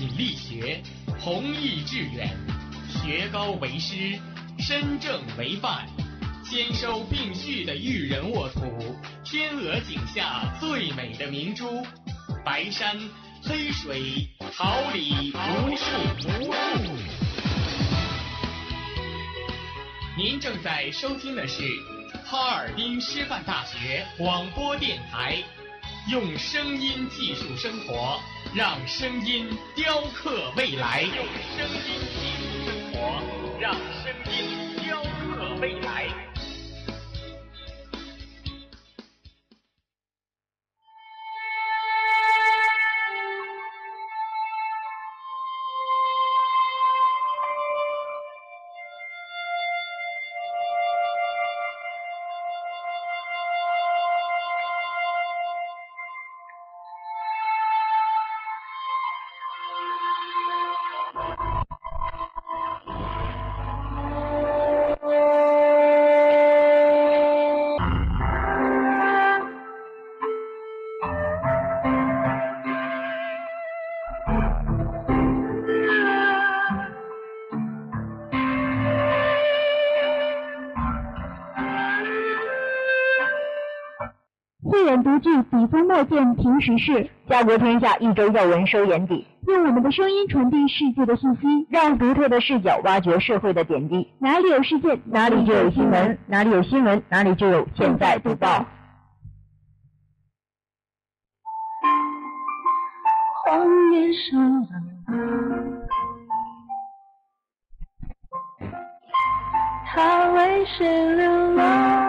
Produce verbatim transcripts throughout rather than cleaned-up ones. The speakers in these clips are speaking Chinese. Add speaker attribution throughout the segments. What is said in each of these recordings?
Speaker 1: 品力学，弘毅致远，学高为师，身正为范，兼收并蓄的育人沃土，天鹅颈下最美的明珠，白山黑水，桃李无数无数。您正在收听的是哈尔滨师范大学广播电台，用声音技术生活，让声音雕刻未来。用声音技术生活，让声音雕刻未来。
Speaker 2: 慧眼独具，笔锋墨见平时事，
Speaker 3: 家国天下，一周要闻收眼底。
Speaker 2: 用我们的声音传递世界的信息，
Speaker 3: 让独特的视角挖掘社会的点滴。
Speaker 2: 哪里有事件，
Speaker 3: 哪里就有新闻；哪里有新闻，哪里就有现在读报。
Speaker 4: 荒野上，他为谁流浪？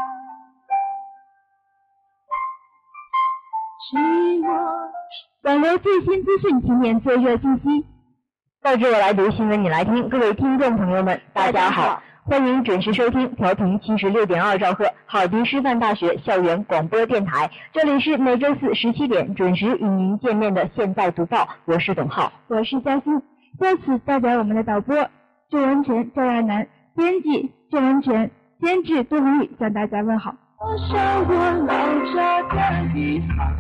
Speaker 2: 网罗最新资讯，提点最热信息。
Speaker 3: 报纸我来读，新闻你来听。各位听众朋友们，大家好，欢迎准时收听调频七十六点二兆赫哈尔滨师范大学校园广播电台。这里是每周四十七点准时与您见面的现在读报，我是董浩，
Speaker 2: 我是嘉欣。在此代表我们的导播郑文全、赵亚楠，编辑郑文全，监制杜宏宇向大家问好。
Speaker 4: 我想我老家的地方，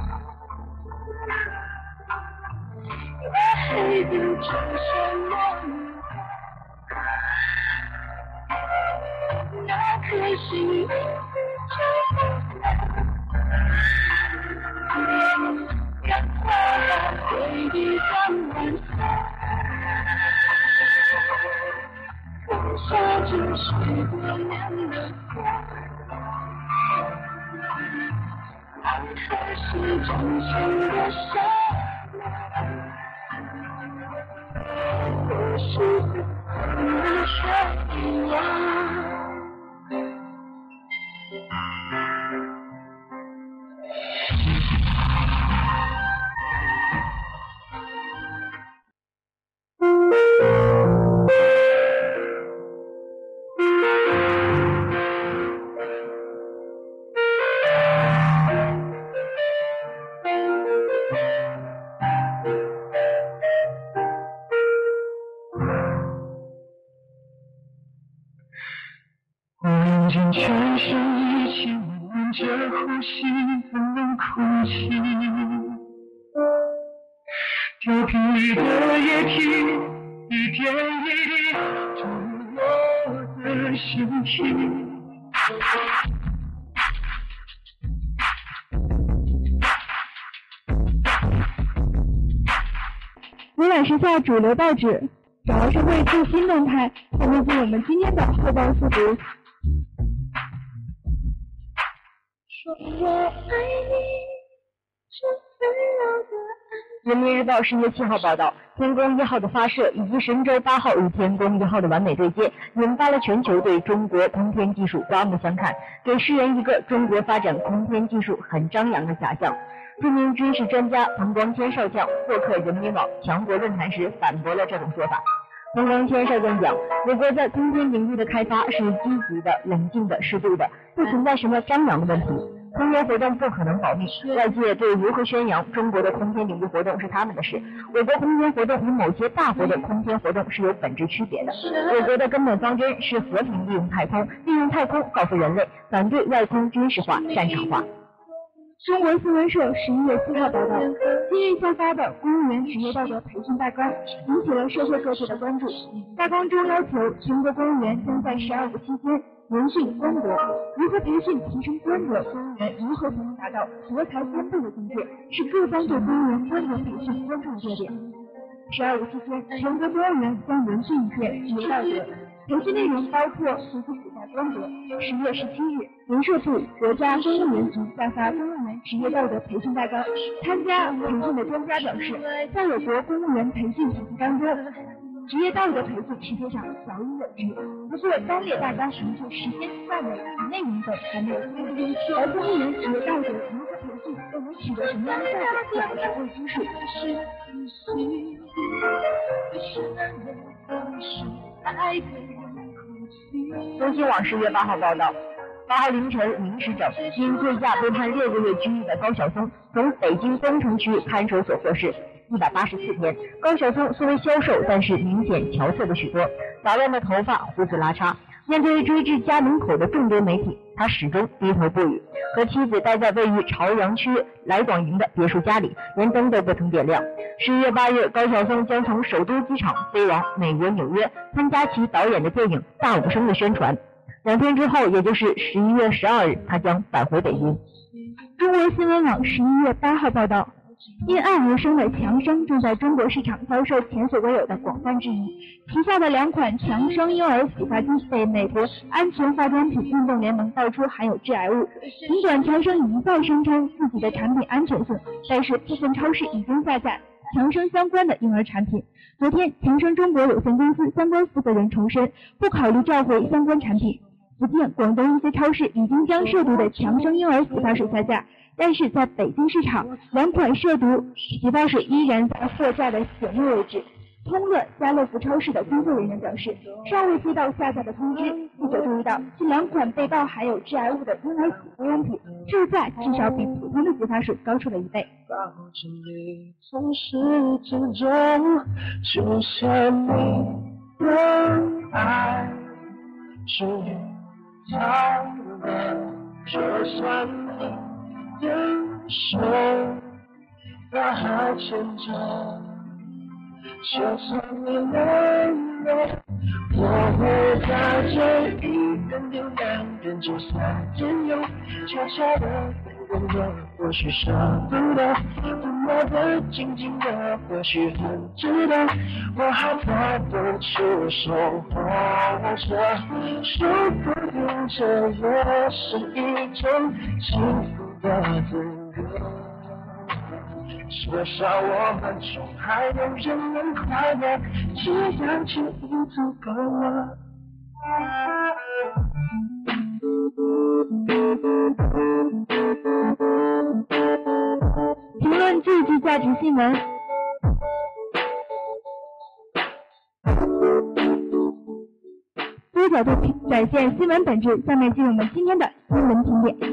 Speaker 4: 黑的就像梦，那颗心让它回忆当晚上，风沙着水过年的光，安可是真心的伤。不是你却一样。全身一起闻着呼吸的空气，调频里的液体一点一滴注入我的身体。
Speaker 2: 浏览时下主流报纸，掌握社会最新动态，才能进我们今天的后报速读。
Speaker 4: 说我爱你，是最柔的爱。
Speaker 3: 人民日报十月七号报道，天宫一号的发射以及神舟八号与天宫一号的完美对接，引发了全球对中国空天技术刮目相看，给世人一个中国发展空天技术很张扬的假象。著名军事专家彭光谦少将获客人民网强国论坛时反驳了这种说法。彭光谦少将讲，美国在空天领域的开发是积极的、冷静的、适度的，不存在什么张扬的问题。空天活动不可能保密，外界对如何宣扬中国的空天领域活动是他们的事。我国空天活动与某些大国的空天活动是有本质区别的。我国的根本方针是和平利用太空，利用太空造福人类，反对外空军事化、战场化。
Speaker 2: 中国新闻社十一月四号报道，今日下发的公务员职业道德培训大纲引起了社会各界的关注。大纲中要求全国公务员将在“十二五”期间严训官德，如何培训提升官德，公务员如何才能达到德才兼备的境界，是各方对公务员官德培训关注的热点。十二五期间，全国公务员将严训一遍职业道德。培训内容包括实际处在官德。十月十七日，人社部国家公务员局下发公务员职业道德培训大纲。参加培训的专家表示，在我国公务员培训体系当中，职业道德培训实际上早已有之，不过单列大纲明确时间范围与内容等还没有规定，而公务员职业道德如何培训又能取得什么样的效果，这还是未知数。
Speaker 3: 中新网十月八号报道，八号凌晨，民事整因醉驾被判六个月拘役的高晓松从北京东城区看守所获释一百八十四天。高晓松虽为消瘦，但是明显憔悴了许多，杂乱的头发，胡子拉碴。面对追至家门口的众多媒体，他始终低头不语，和妻子待在位于朝阳区来广营的别墅家里，连灯都不曾点亮。十一月八日，高晓松将从首都机场飞往美国纽约，参加其导演的电影《大武生》的宣传。两天之后，也就是十一月十二日，他将返回北京。
Speaker 2: 中国新闻网十一月八号报道，因爱无声的强生正在中国市场遭受前所未有的广泛质疑，旗下的两款强生婴儿洗发精被美国安全化妆品运动联盟爆出含有致癌物。尽管强生一再声称自己的产品安全性，但是部分超市已经下架强生相关的婴儿产品。昨天，强生中国有限公司相关负责人重申，不考虑召回相关产品。福建、广东一些超市已经将涉毒的强生婴儿洗发水下架，但是在北京市场，两款涉毒洗发水依然在货架的显目位置。通乐、家乐福超市的工作人员表示，尚未接到下架的通知。记者注意到，这两款被曝含有致癌物的婴儿洗护用品，售价至少比普通的洗发水高出了一倍。
Speaker 4: 从始至终，就像你的爱是长的，就像你的手大海牵着，就算你累了，我会在这一点点两点就算天有悄悄的温热，或许舍不得，多么的静静的，或许很值得，我还在等出手或者说不定这也是一种幸福的资格，至少我们中还有人能快乐，这样就已足够了。
Speaker 2: 评论最具价值新闻。多角度展现新闻本质，下面进入我们今天的新闻评点。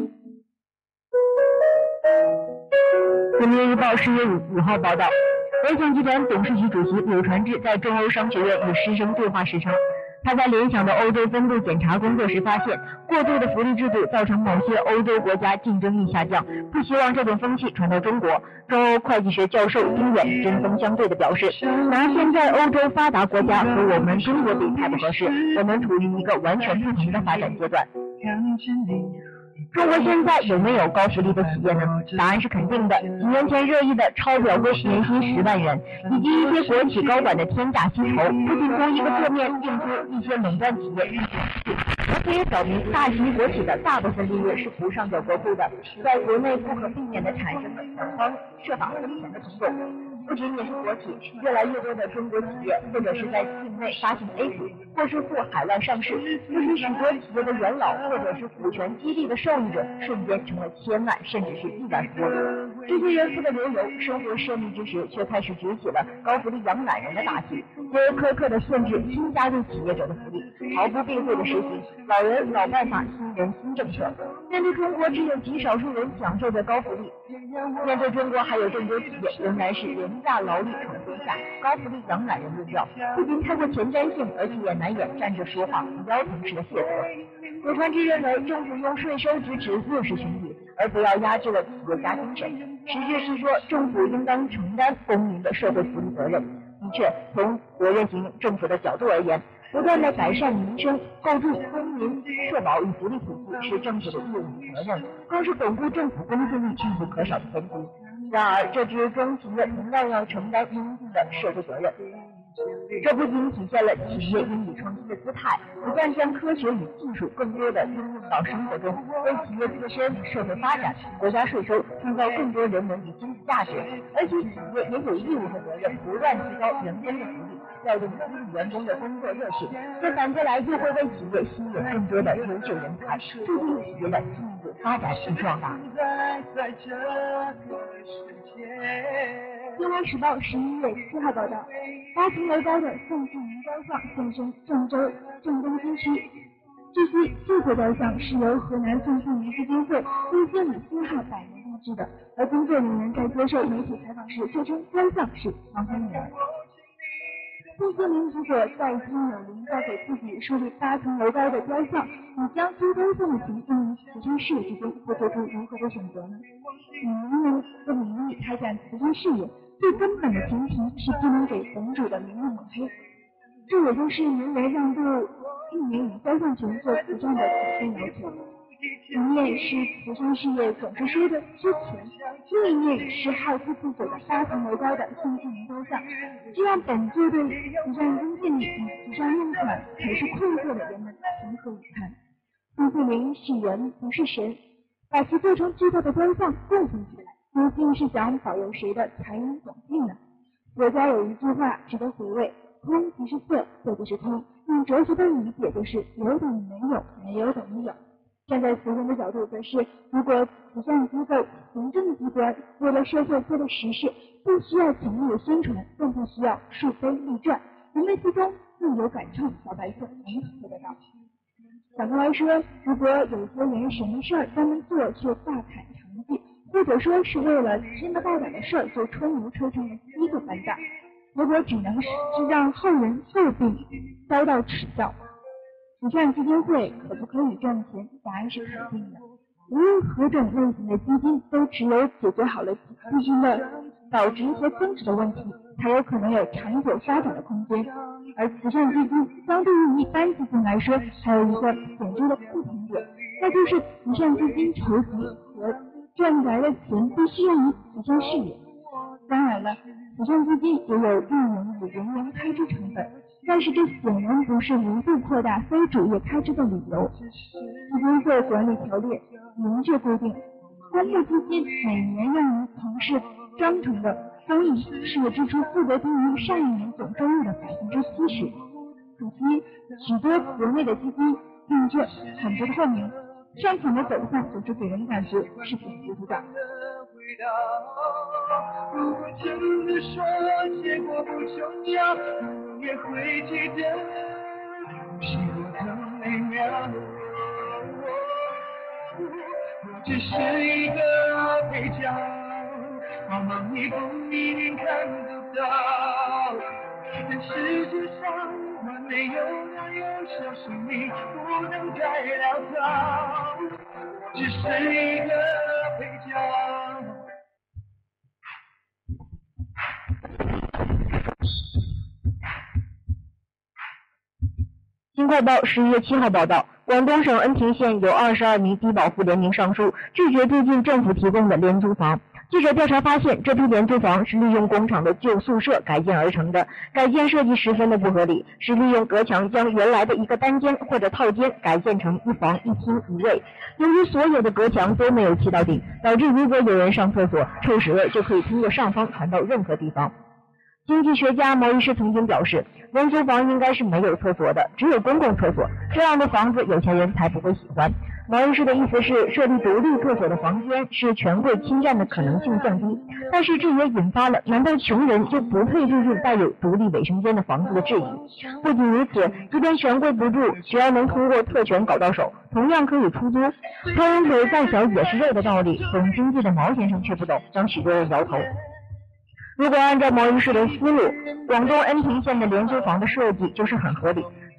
Speaker 3: 人民日报十月五号报道，联想集团董事局主席柳传志在中欧商学院与师生对话时称，他在联想的欧洲分部检查工作时发现，过度的福利制度造成某些欧洲国家竞争力下降，不希望这种风气传到中国。中欧会计学教授丁远针锋相对地表示，拿现在欧洲发达国家和我们中国比太不合适，我们处于一个完全不同的发展阶段。中国现在有没有高福利的企业呢？答案是肯定的。几年前热议的超表规年薪十万元，以及一些国企高管的天价薪酬，不仅从一个侧面映出一些垄断企业运行势，而且也表明大型国企的大部分利润是不上缴国库的，在国内不可避免地产生了想方设法分钱的冲动。不仅仅是国企，越来越多的中国企业或者是在境内发行 A 股，或是赴海外上市，不使许多企业的元老或者是股权激励的受益者瞬间成了千万甚至是亿万富翁。这些人富得流油，生活奢靡之时，却开始举起了高福利养懒人的大旗，极为苛刻地限制新加入企业者的福利，毫不避讳地实行老人老办法、新人新政策。面对中国只有极少数人享受着高福利，面对中国还有众多企业仍然是廉价劳力宠天下、高福利养懒人论调，不仅太过前瞻性，而且也难掩站着说话不腰疼式的卸责。柳传志认为，政府用税收支持弱势群体， 而不要压制了企业家精神。实质是说，政府应当承担公民的社会福利责任。的确，从活跃型政府的角度而言，不断的改善民生，构筑公民社保与福利体系是政府的义务与责任，更是巩固政府公信力必不可少的前提。然而，这之中企业同样要承担应尽的社会责任。这不仅体现了企业应以创新的姿态，不断将科学与技术更多的应用到生活中，为企业自身社会发展、国家税收创造更多人文与经济价值，而且企业也有义务和责任不断提高员工的福利，调动激励员工的工作热情，这反过来又会为企业吸引更多的优秀人才，促进企业的进一步发展与壮大。
Speaker 2: 《新华时报》十一月七号报道，八层楼高的宋庆龄雕像现身郑州郑东新区。据悉，这座雕像是由河南宋庆龄基金会为建里新号百年定制的，而工作人员在接受媒体采访时却称雕像是王三年。宋庆龄如果在今有灵，要给自己树立八层楼高的雕像，你将租雕像的钱用于慈善事业之间，会做出如何的选择呢？以名人的名义开展慈善事业，最根本的前提是不能给本主的名誉抹黑，这也就是名人让渡一年以雕像权做慈善的普遍要求。一面是慈善事业总是说的缺钱，另一面是好自不走的八层楼高的宋庆龄雕像，这样本就对慈善公信力与慈善用款才是困惑的人们情何以堪？宋庆龄是人不是神，把其做成巨大的雕像供奉起来，究竟是想保佑谁的财源广进呢？佛家有一句话值得回味：空即是色，色即是空。用哲学的理解就是有等于没有，没有等于有。站在慈善的角度，则是如果慈善机构、行政机关为了社会做的实事，不需要强力的宣传，更不需要树碑立传，人们心中自有感触，小百姓能体会得到。反过来说，如果有些人什么事儿专门做却大砍成绩，或者说是为了新的大胆的事儿就吹牛吹成了七个班长，结果只能是让后人诟病，遭到耻笑。慈善基金会可不可以赚钱？答案是肯定的。无论何种类型的基金，都只有解决好了基金的保值和增值的问题，才有可能有长久发展的空间。而慈善基金相对于一般基金来说，还有一个显著的不同点，那就是慈善基金筹集和赚来的钱必须用于慈善事业。当然了，慈善基金也有运营与人员开支成本，但是这显然不是无度扩大非主业开支的理由。基金会管理条例明确规定，公募基金每年用于从事章程的公益事业支出不得低于上一年总收入的百分之七十。可惜，许多国内的基金运作很不透明，上层的走向总是给人感觉是挺糊涂的。
Speaker 4: 如果真的说结果不重要，我也会记得是我的美妙。我只是一个配角，往往你不一定看得到。但世界上完美有那有小生命不能再潦草，我只是一个配角。
Speaker 3: 新快报十一月七号报道，广东省恩平县有二十二名低保户联名上书，拒绝住进政府提供的廉租房。记者调查发现，这批廉租房是利用工厂的旧宿舍改建而成的，改建设计十分的不合理，是利用隔墙将原来的一个单间或者套间改建成一房一厅一卫。由于所有的隔墙都没有砌到顶，导致如果有人上厕所，臭屎味就可以通过上方传到任何地方。经济学家毛医师曾经表示，廉租房应该是没有厕所的，只有公共厕所，这样的房子有钱人才不会喜欢。毛医师的意思是，设立独立厕所的房间是权贵侵占的可能性降低，但是这也引发了难道穷人就不配住进带有独立卫生间的房子的质疑。不仅如此，即便权贵不住，只要能通过特权搞到手，同样可以出租。超人腿再小也是肉的道理，懂经济的毛先生却不懂，让许多人摇头。如果按照毛医师的思路，广东恩平县的廉租房的设计就是很合理。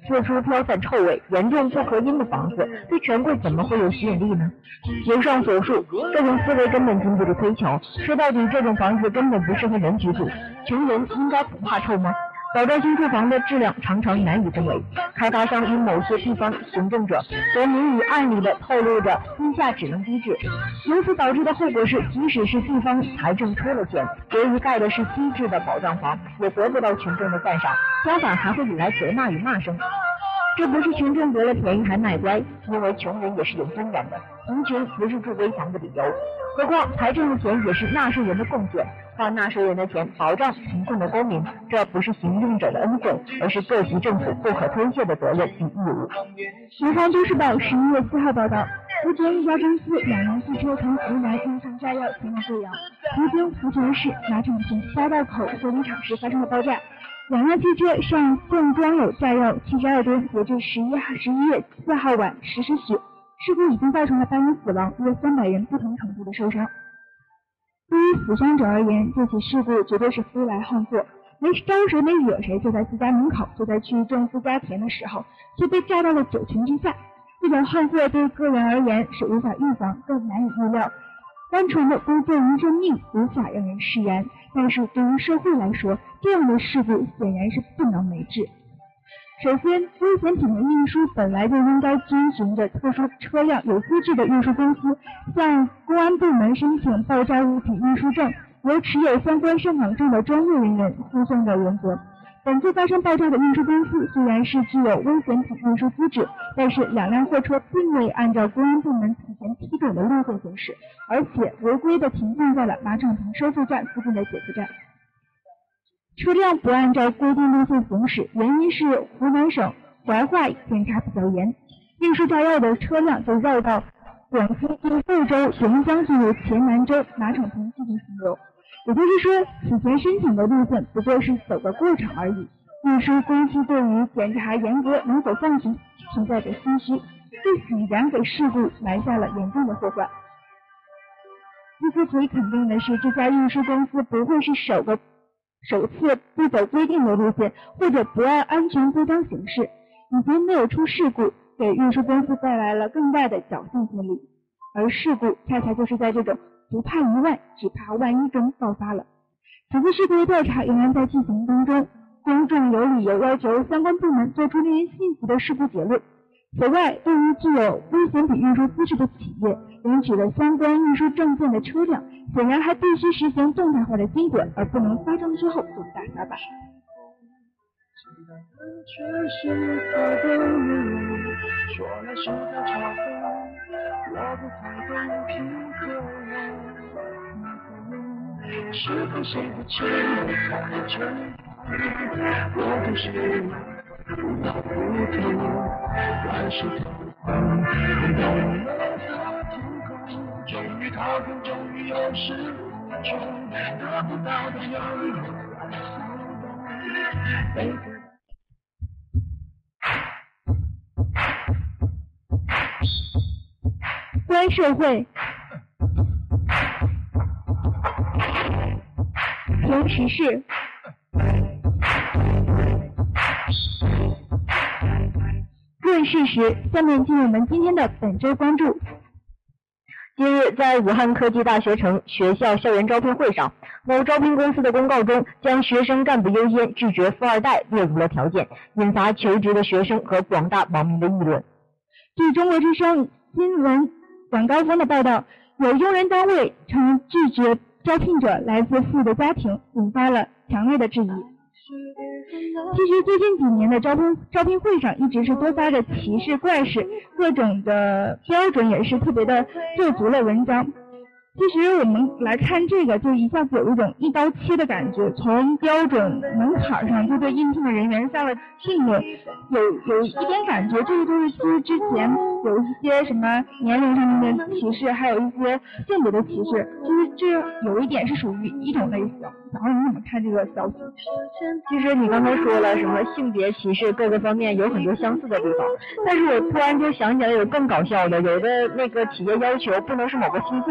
Speaker 3: 四处飘散臭味、严重不隔音的房子，对权贵怎么会有吸引力呢？综上所述，这种思维根本经不住推敲。说到底，这种房子根本不适合人居住。穷人应该不怕臭吗？保障新住房的质量常常难以证伪，开发商与某些地方行政者则明里暗里的透露着地下指令机制，由此导致的后果是，即使是地方财政出了钱，由于盖的是机智的保障房，也得不到群众的赞赏，相反还会引来责骂与骂声。这不是群众得了便宜还卖乖，因为穷人也是有尊严的，贫穷不是住危墙的理由。何况财政的钱也是纳税人的贡献，花纳税人的钱保障贫困的公民，这不是行政者的恩惠，而是各级政府不可推卸的责任与义务。
Speaker 2: 南方都市报十一月四号报道，福建一家公司两辆汽车从湖南运送炸药前往贵阳，途经福泉市马场坪八道口修理厂时发生了爆炸。两辆汽车上共装有炸药七十二吨，截至十一号十一月四号晚十时许，事故已经造成了八人死亡，约三百人不同程度的受伤。对于死伤者而言，这起事故绝对是夫来横祸，没招谁没惹谁，就在自家门口，就在去种自家田的时候，却被炸到了九泉之下。这种横祸对个人而言是无法预防，更难以预料。单纯的归咎于生命无法让人释然，但是对于社会来说，这样的事故显然是不能为之。首先，危险品的运输本来就应该遵循着特殊车辆有资质的运输公司向公安部门申请爆炸物品运输证，由持有相关上岗证的专业人员诉讼的原则。本次发生爆炸的运输公司虽然是具有危险品运输资质，但是两辆货车并未按照公安部门提前批准的路线行驶，而且违规的停放在了马场坪收费站附近的检测站。车辆不按照规定路线行驶，原因是湖南省怀化检查比较严，运输炸药的车辆就绕到广西经贵州沿江进入黔南州马场坪进行行流。也就是说，此前申请的路线不过是走个过场而已。运输公司对于检查严格能否放行存在着心虚，这显然给事故埋下了严重的祸患。这次可以肯定的是，这家运输公司不会是首个首次不走规定的路线，或者不按安全规章行事。以前没有出事故，给运输公司带来了更大的侥幸心理，而事故恰恰就是在这种不怕一万只怕万一中爆发了。此次事故的调查仍然在进行当中，公众有理由要求相关部门做出令人信服的事故结论。此外，对于具有危险品运输资质的企业，领取了相关运输证件的车辆，显然还必须实行动态化的监管，而不能发生之后就大撒把。
Speaker 4: 是和谁的情人在这里，我都是不到不痛，万事都空，到了他天空，终于踏空，终于有始无终，得不到的永远来骚动。
Speaker 2: 观社会，评时事，论事实。下面进入我们今天的本周关注。
Speaker 3: 近日，在武汉科技大学城学校校园招聘会上，某招聘公司的公告中将学生干部优先、拒绝富二代列入了条件，引发求职的学生和广大网民的议论。
Speaker 2: 据中国之声新闻晚高峰的报道，有用人单位称拒绝招聘者来自富裕的家庭，引发了强烈的质疑。其实最近几年的招聘招聘会上一直是多发着歧视怪事，各种的标准也是特别的做足了文章。其实我们来看这个，就一下子有一种一刀切的感觉，从标准门槛上就对应聘的人员下了定论，有有一点感觉这个就是基于之前有一些什么年龄上面的歧视，还有一些性别的歧视，其实这有一点是属于一种类型。然后你怎么看这个消息？
Speaker 3: 其实你刚才说了什么性别歧视，各个方面有很多相似的地方，但是我突然就想起来有更搞笑的，有的那个企业要求不能是某个星座，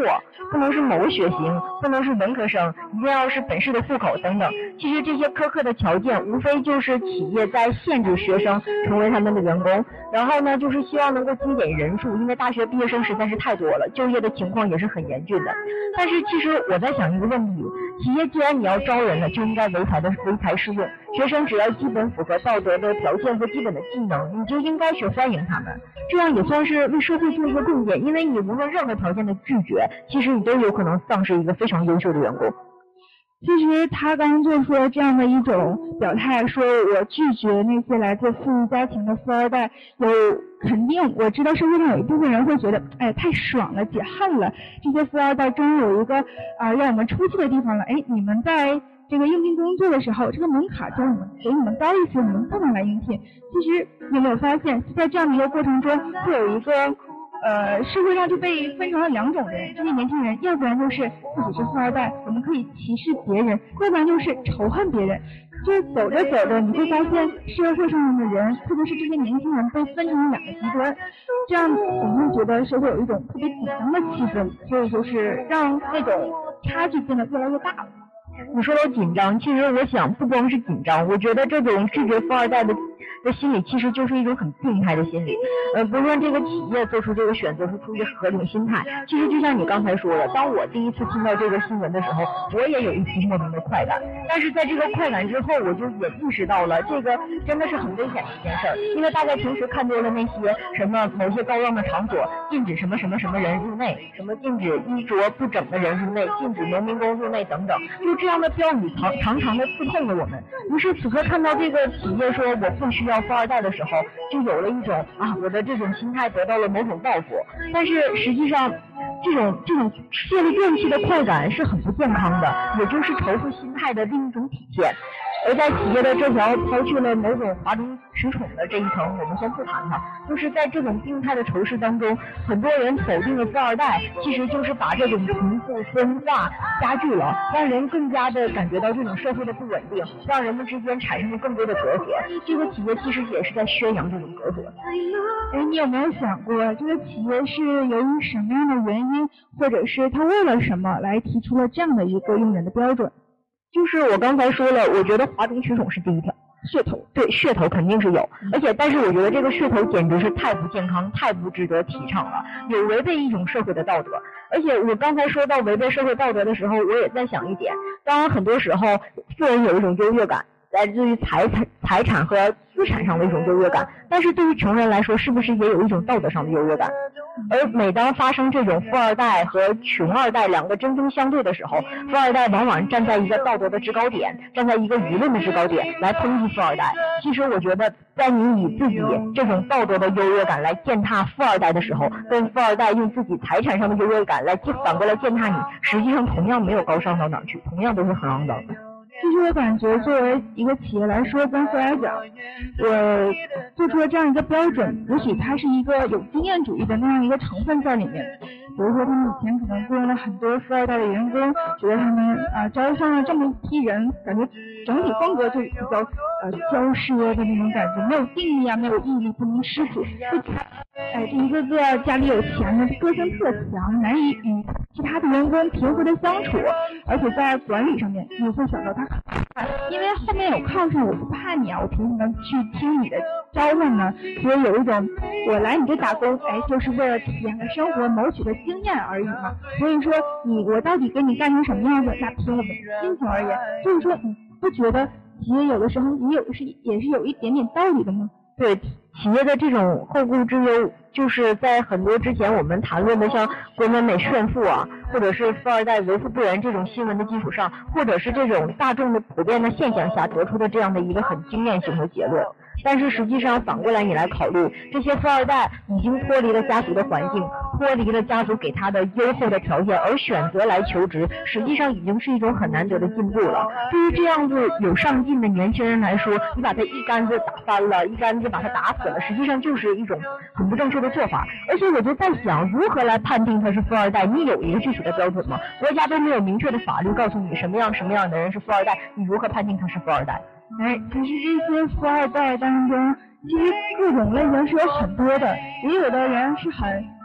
Speaker 3: 不能是某血型，不能是文科生，一定要是本市的户口等等。其实这些苛刻的条件，无非就是企业在限制学生成为他们的员工，然后呢，就是希望能够精简人数，因为大学毕业生实在是太多了，就业的情况也是很严峻的。但是其实我在想一个问题，企业既然你要招人了，就应该唯才的唯才是用，学生只要基本符合道德的条件和基本的技能，你就应该去欢迎他们，这样也算是为社会做一个贡献，因为你无论任何条件的拒绝，其实你都有可能丧失一个非常优秀的员工。
Speaker 2: 其实他刚刚做出了这样的一种表态，说我拒绝那些来自富裕家庭的富二代，有肯定我知道社会上有一部分人会觉得，哎，太爽了，解恨了，这些富二代终于有一个啊、呃、让我们出气的地方了。哎，你们在这个应聘工作的时候，这个门槛就你们给你们高一些，你们不能来应聘。其实有没有发现，在这样的一个过程中，会有一个呃，社会上就被分成了两种人，这些年轻人，要不然就是自己是富二代，我们可以歧视别人，要不然就是仇恨别人。就是走着走着，你会发现社会上的人，特别是这些年轻人，被分成了两个极端，这样我们会觉得社会有一种特别紧张的气氛，所以就是让那种差距变得越来越大了。
Speaker 3: 你说到紧张，其实我想不光是紧张，我觉得这种拒绝富二代的的心理其实就是一种很病态的心理。呃，不论这个企业做出这个选择是出于何种心态，其实就像你刚才说的，当我第一次听到这个新闻的时候，我也有一丝莫名的快感。但是在这个快感之后，我就也意识到了这个真的是很危险的一件事儿，因为大家平时看多了那些什么某些高档的场所禁止什么什么什么人入内，什么禁止衣着不整的人入内，禁止农民工入内等等，就这样的标语常常常的刺痛了我们。于是此刻看到这个企业说我不需要富二代的时候，就有了一种啊，我的这种心态得到了某种报复。但是实际上这种这种泄露怨气的快感是很不健康的，也就是仇富心态的另一种体现。而在企业的这条抛去了某种哗众取宠的这一层，我们先不谈它，就是在这种病态的仇视当中，很多人否定了富二代，其实就是把这种贫富分化加剧了，让人更加的感觉到这种社会的不稳定，让人们之间产生了更多的隔阂。这个企业其实也是在宣扬这种隔阂。
Speaker 2: 哎，你有没有想过，这个企业是由于什么样的原因，或者是他为了什么来提出了这样的一个用人的标准？
Speaker 3: 就是我刚才说了，我觉得哗众取宠是第一条，
Speaker 2: 噱头，
Speaker 3: 对，噱头肯定是有，而且但是我觉得这个噱头简直是太不健康，太不值得提倡了，有违背一种社会的道德。而且我刚才说到违背社会道德的时候，我也在想一点，当然很多时候富人有一种优越感，来自于财产财产和资产上的一种优越感，但是对于穷人来说，是不是也有一种道德上的优越感？而每当发生这种富二代和穷二代两个针锋相对的时候，富二代往往站在一个道德的制高点，站在一个舆论的制高点来抨击富二代。其实我觉得，在你以自己这种道德的优越感来践踏富二代的时候，跟富二代用自己财产上的优越感来反过来践踏你，实际上同样没有高尚到哪去，同样都是很肮脏的。
Speaker 2: 其实我感觉作为一个企业来说，公司来讲，我做出了这样一个标准，也许它是一个有经验主义的那样一个成分在里面。比如说他们以前可能雇佣了很多富二代的员工，觉得他们啊、呃、招上了这么一批人，感觉整体风格就比较呃骄奢的那种感觉，没有定力啊，没有毅力，不能师傅，哎，这一个个家里有钱的，个性特强，难以与其他的员工平和的相处，而且在管理上面，你会想到他，因为后面有靠上，我不怕你啊，我凭什么去听你的召唤呢？所以有一种我来你这打工，哎，就是为了体验个生活，谋取的经验而已嘛。所以说你我到底跟你干成什么样子，那凭我们心情而言。所以说你不觉得企业有的时候也有是也是有一点点道理的吗？
Speaker 3: 对，企业的这种后顾之忧，就是在很多之前我们谈论的像国美美炫富啊，或者是富二代为富不仁这种新闻的基础上，或者是这种大众的普遍的现象下得出的这样的一个很经验性的结论。但是实际上反过来你来考虑，这些富二代已经脱离了家族的环境，脱离了家族给他的优厚的条件，而选择来求职，实际上已经是一种很难得的进步了。对于这样子有上进的年轻人来说，你把他一竿子打翻了，一竿子把他打死了，实际上就是一种很不正确的做法。而且我就在想，如何来判定他是富二代？你有一个具体的标准吗？国家都没有明确的法律告诉你什么样什么样的人是富二代，你如何判定他是富二代？
Speaker 2: 哎，其实这些富二代当中，其实各种类型是有很多的，也有的人是很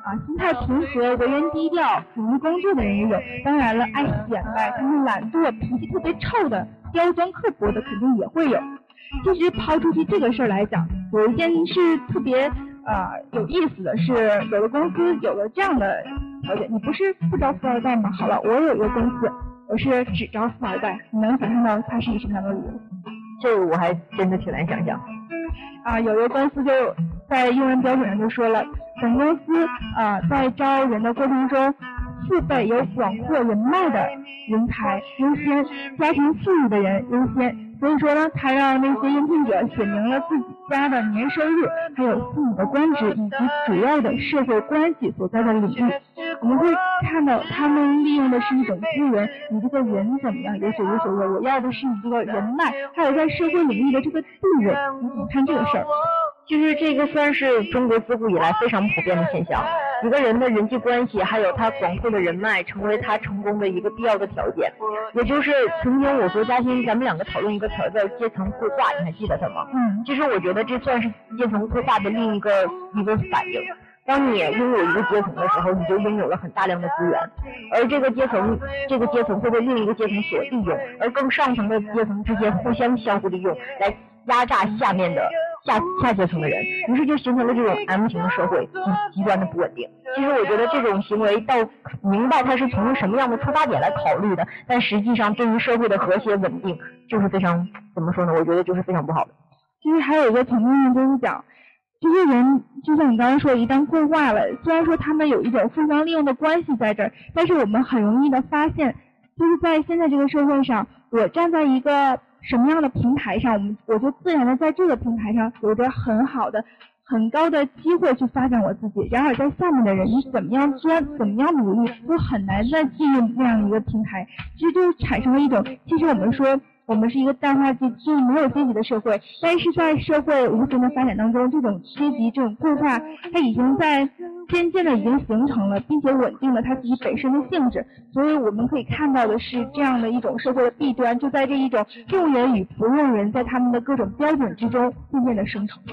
Speaker 2: 啊，心态平和、为人低调、努力工作的人也有。当然了，爱显摆、他们懒惰、脾气特别臭的、刁钻刻薄的肯定也会有。其实抛出去这个事儿来讲，有一件事特别啊、呃、有意思的是，有的公司有了这样的条件，你不是不招富二代吗？好了，我有一个公司，我是只招富二代，你能想象到它是一个什么样的理由？
Speaker 3: 这个我还真的挺难想象。
Speaker 2: 啊，有一个公司就在用人标准上就说了，本公司啊在招人的过程中，父辈有广阔人脉的人才优先，家庭富裕的人优先。所以说呢，他让那些应聘者写明了自己家的年收入，还有父母的官职以及主要的社会关系所在的领域。我们会看到他们利用的是一种资源，你这个人怎么样也许无所谓，我要的是你这个人脉，还有在社会领域的这个地位。你怎么看这个事儿？
Speaker 3: 其实这个算是中国自古以来非常普遍的现象，一个人的人际关系还有他广阔的人脉成为他成功的一个必要的条件。也就是曾经我和嘉欣咱们两个讨论一个词叫阶层退化，你还记得它吗？嗯，其实我觉得这算是阶层退化的另一个一个反应。当你拥有一个阶层的时候，你就拥有了很大量的资源，而这个阶层这个阶层会被另一个阶层所利用，而更上层的阶层之间互相相互利用来压榨下面的下下阶层的人，于是就形成了这种 M 型的社会，极极端的不稳定。其实我觉得这种行为到明白它是从什么样的出发点来考虑的，但实际上对于社会的和谐稳定就是非常怎么说呢？我觉得就是非常不好的。
Speaker 2: 其实还有一个层面就是讲，这些人就像你刚刚说，一旦固化了，虽然说他们有一种互相利用的关系在这儿，但是我们很容易的发现，就是在现在这个社会上，我站在一个什么样的平台上，我们我就自然的在这个平台上有着很好的、很高的机会去发展我自己。然而在下面的人，你怎么样钻、怎么样努力，都很难再进入那样一个平台。其实就产生了一种，其实我们说我们是一个淡化阶就是没有阶级的社会，但是在社会无形的发展当中，这种阶级这种固化，它已经在渐渐的已经形成了，并且稳定了它自己本身的性质。所以我们可以看到的是这样的一种社会的弊端，就在这一种用人与不用人在他们的各种标准之中渐渐的生成。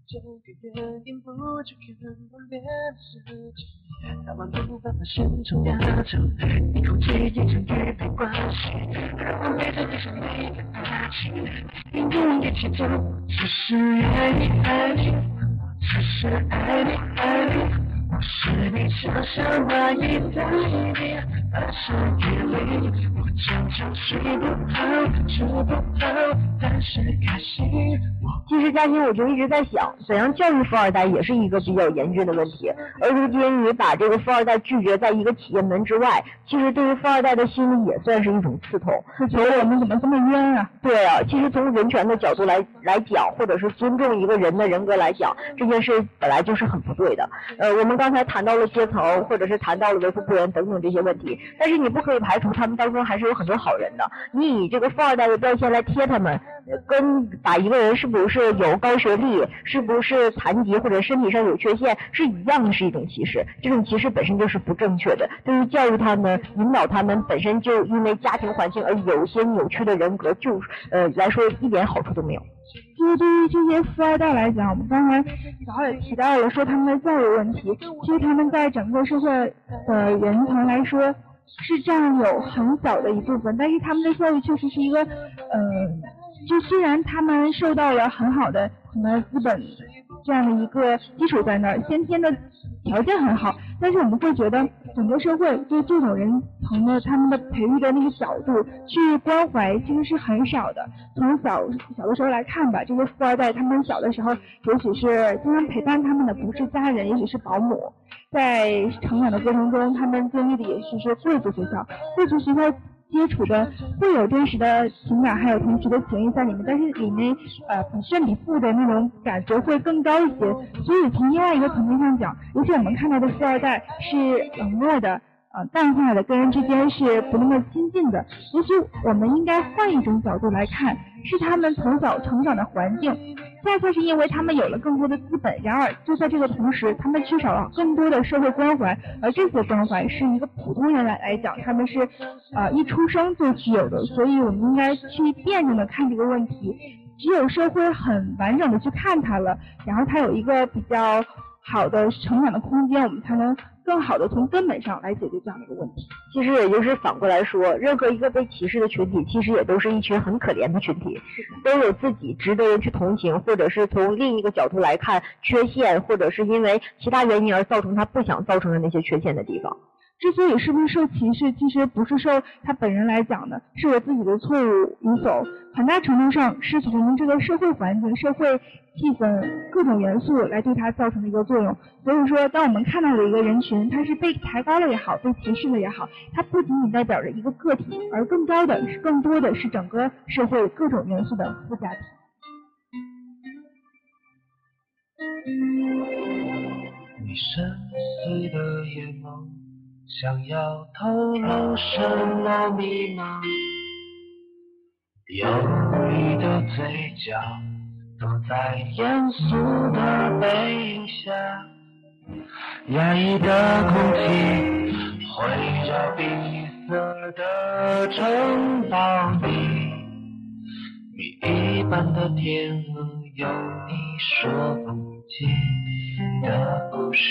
Speaker 4: 他们不办法心中压轴，一口气也成也没关系。我每次都是你的爱情，命运的节奏，只是爱你爱你，只是爱你爱你。不是你想象那一代你，而是夜里我常常睡不好，睡不好，但是开心。
Speaker 3: 其实嘉欣，我就一直在想，怎样教育富二代也是一个比较严峻的问题。而如今你把这个富二代拒绝在一个企业门之外，其实对于富二代的心理也算是一种刺痛。
Speaker 2: 他觉得我们怎么这么冤啊？
Speaker 3: 对啊，其实从人权的角度来来讲，或者是尊重一个人的人格来讲，这件事本来就是很不对的。呃，我们刚才谈到了阶层，或者是谈到了为富不仁等等这些问题，但是你不可以排除他们当中还是有很多好人的。你以这个富二代的标签来贴他们，跟把一个人是不是有高学历，是不是残疾或者身体上有缺陷是一样的，是一种歧视。这种歧视本身就是不正确的，对于教育他们、引导他们，本身就因为家庭环境而有些扭曲的人格，就呃来说一点好处都没有。
Speaker 2: 就是对于这些富二代来讲，我们刚才早也提到了说他们的教育问题，其实他们在整个社会的人层来说是占有很小的一部分，但是他们的教育确实是一个呃就虽然他们受到了很好的什么资本这样的一个基础在那儿，先天的条件很好，但是我们会觉得整个社会对这种人层的他们的培育的那个角度去关怀其实是很少的。从小小的时候来看吧，这些富二代他们小的时候也许是经常陪伴他们的不是家人，也许是保姆，在成长的过程中他们经历的也许是贵族学校，贵族学校接触的会有真实的情感，还有同时的情谊在里面，但是里面呃比胜比负的那种感觉会更高一些。所以从另外一个层面上讲，尤其我们看到的富二代是冷漠的、呃淡化的，跟人之间是不那么亲近的。也许我们应该换一种角度来看，是他们从小成长的环境，恰恰是因为他们有了更多的资本，然而就在这个同时，他们缺少了更多的社会关怀，而这些关怀是一个普通人来来讲，他们是呃一出生就具有的。所以我们应该去辩证的看这个问题，只有社会很完整的去看它了，然后它有一个比较好的成长的空间，我们才能更好的从根本上来解决这样的一个问题。
Speaker 3: 其实也就是反过来说，任何一个被歧视的群体，其实也都是一群很可怜的群体，都有自己值得人去同情，或者是从另一个角度来看缺陷，或者是因为其他原因而造成他不想造成的那些缺陷的地方。
Speaker 2: 之所以是不是受歧视，其实不是受他本人来讲的，是我自己的错误与否，很大程度上是从这个社会环境、社会气氛各种元素来对他造成的一个作用。所以说，当我们看到了一个人群，他是被抬高了也好，被歧视了也好，它不仅仅代表着一个个体，而更高的是更多的是整个社会各种元素的附加体。
Speaker 4: 你深邃的眼眸想要透露什么密码，忧郁的嘴角躲在严肃的背影下，压抑的空气围绕闭塞的城堡里，谜一般的天鹅有你说不尽的故事。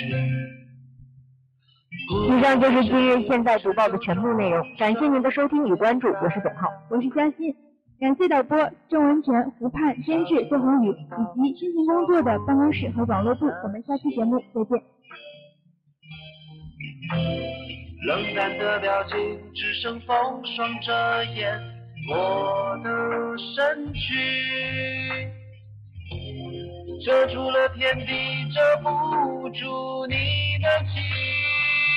Speaker 3: 以上就是今日现在读报的全部内容，感谢您的收听与关注，我是董浩，
Speaker 2: 我是嘉欣，感谢导播郑文全、胡盼、监制郭宏宇以及辛勤工作的办公室和网络部，我们下期节目再见。
Speaker 4: 冷淡的表情只剩风霜遮掩我的身躯，遮住了天地，遮不住你的情。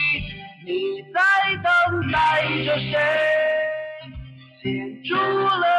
Speaker 4: 你在等待着谁，牵住了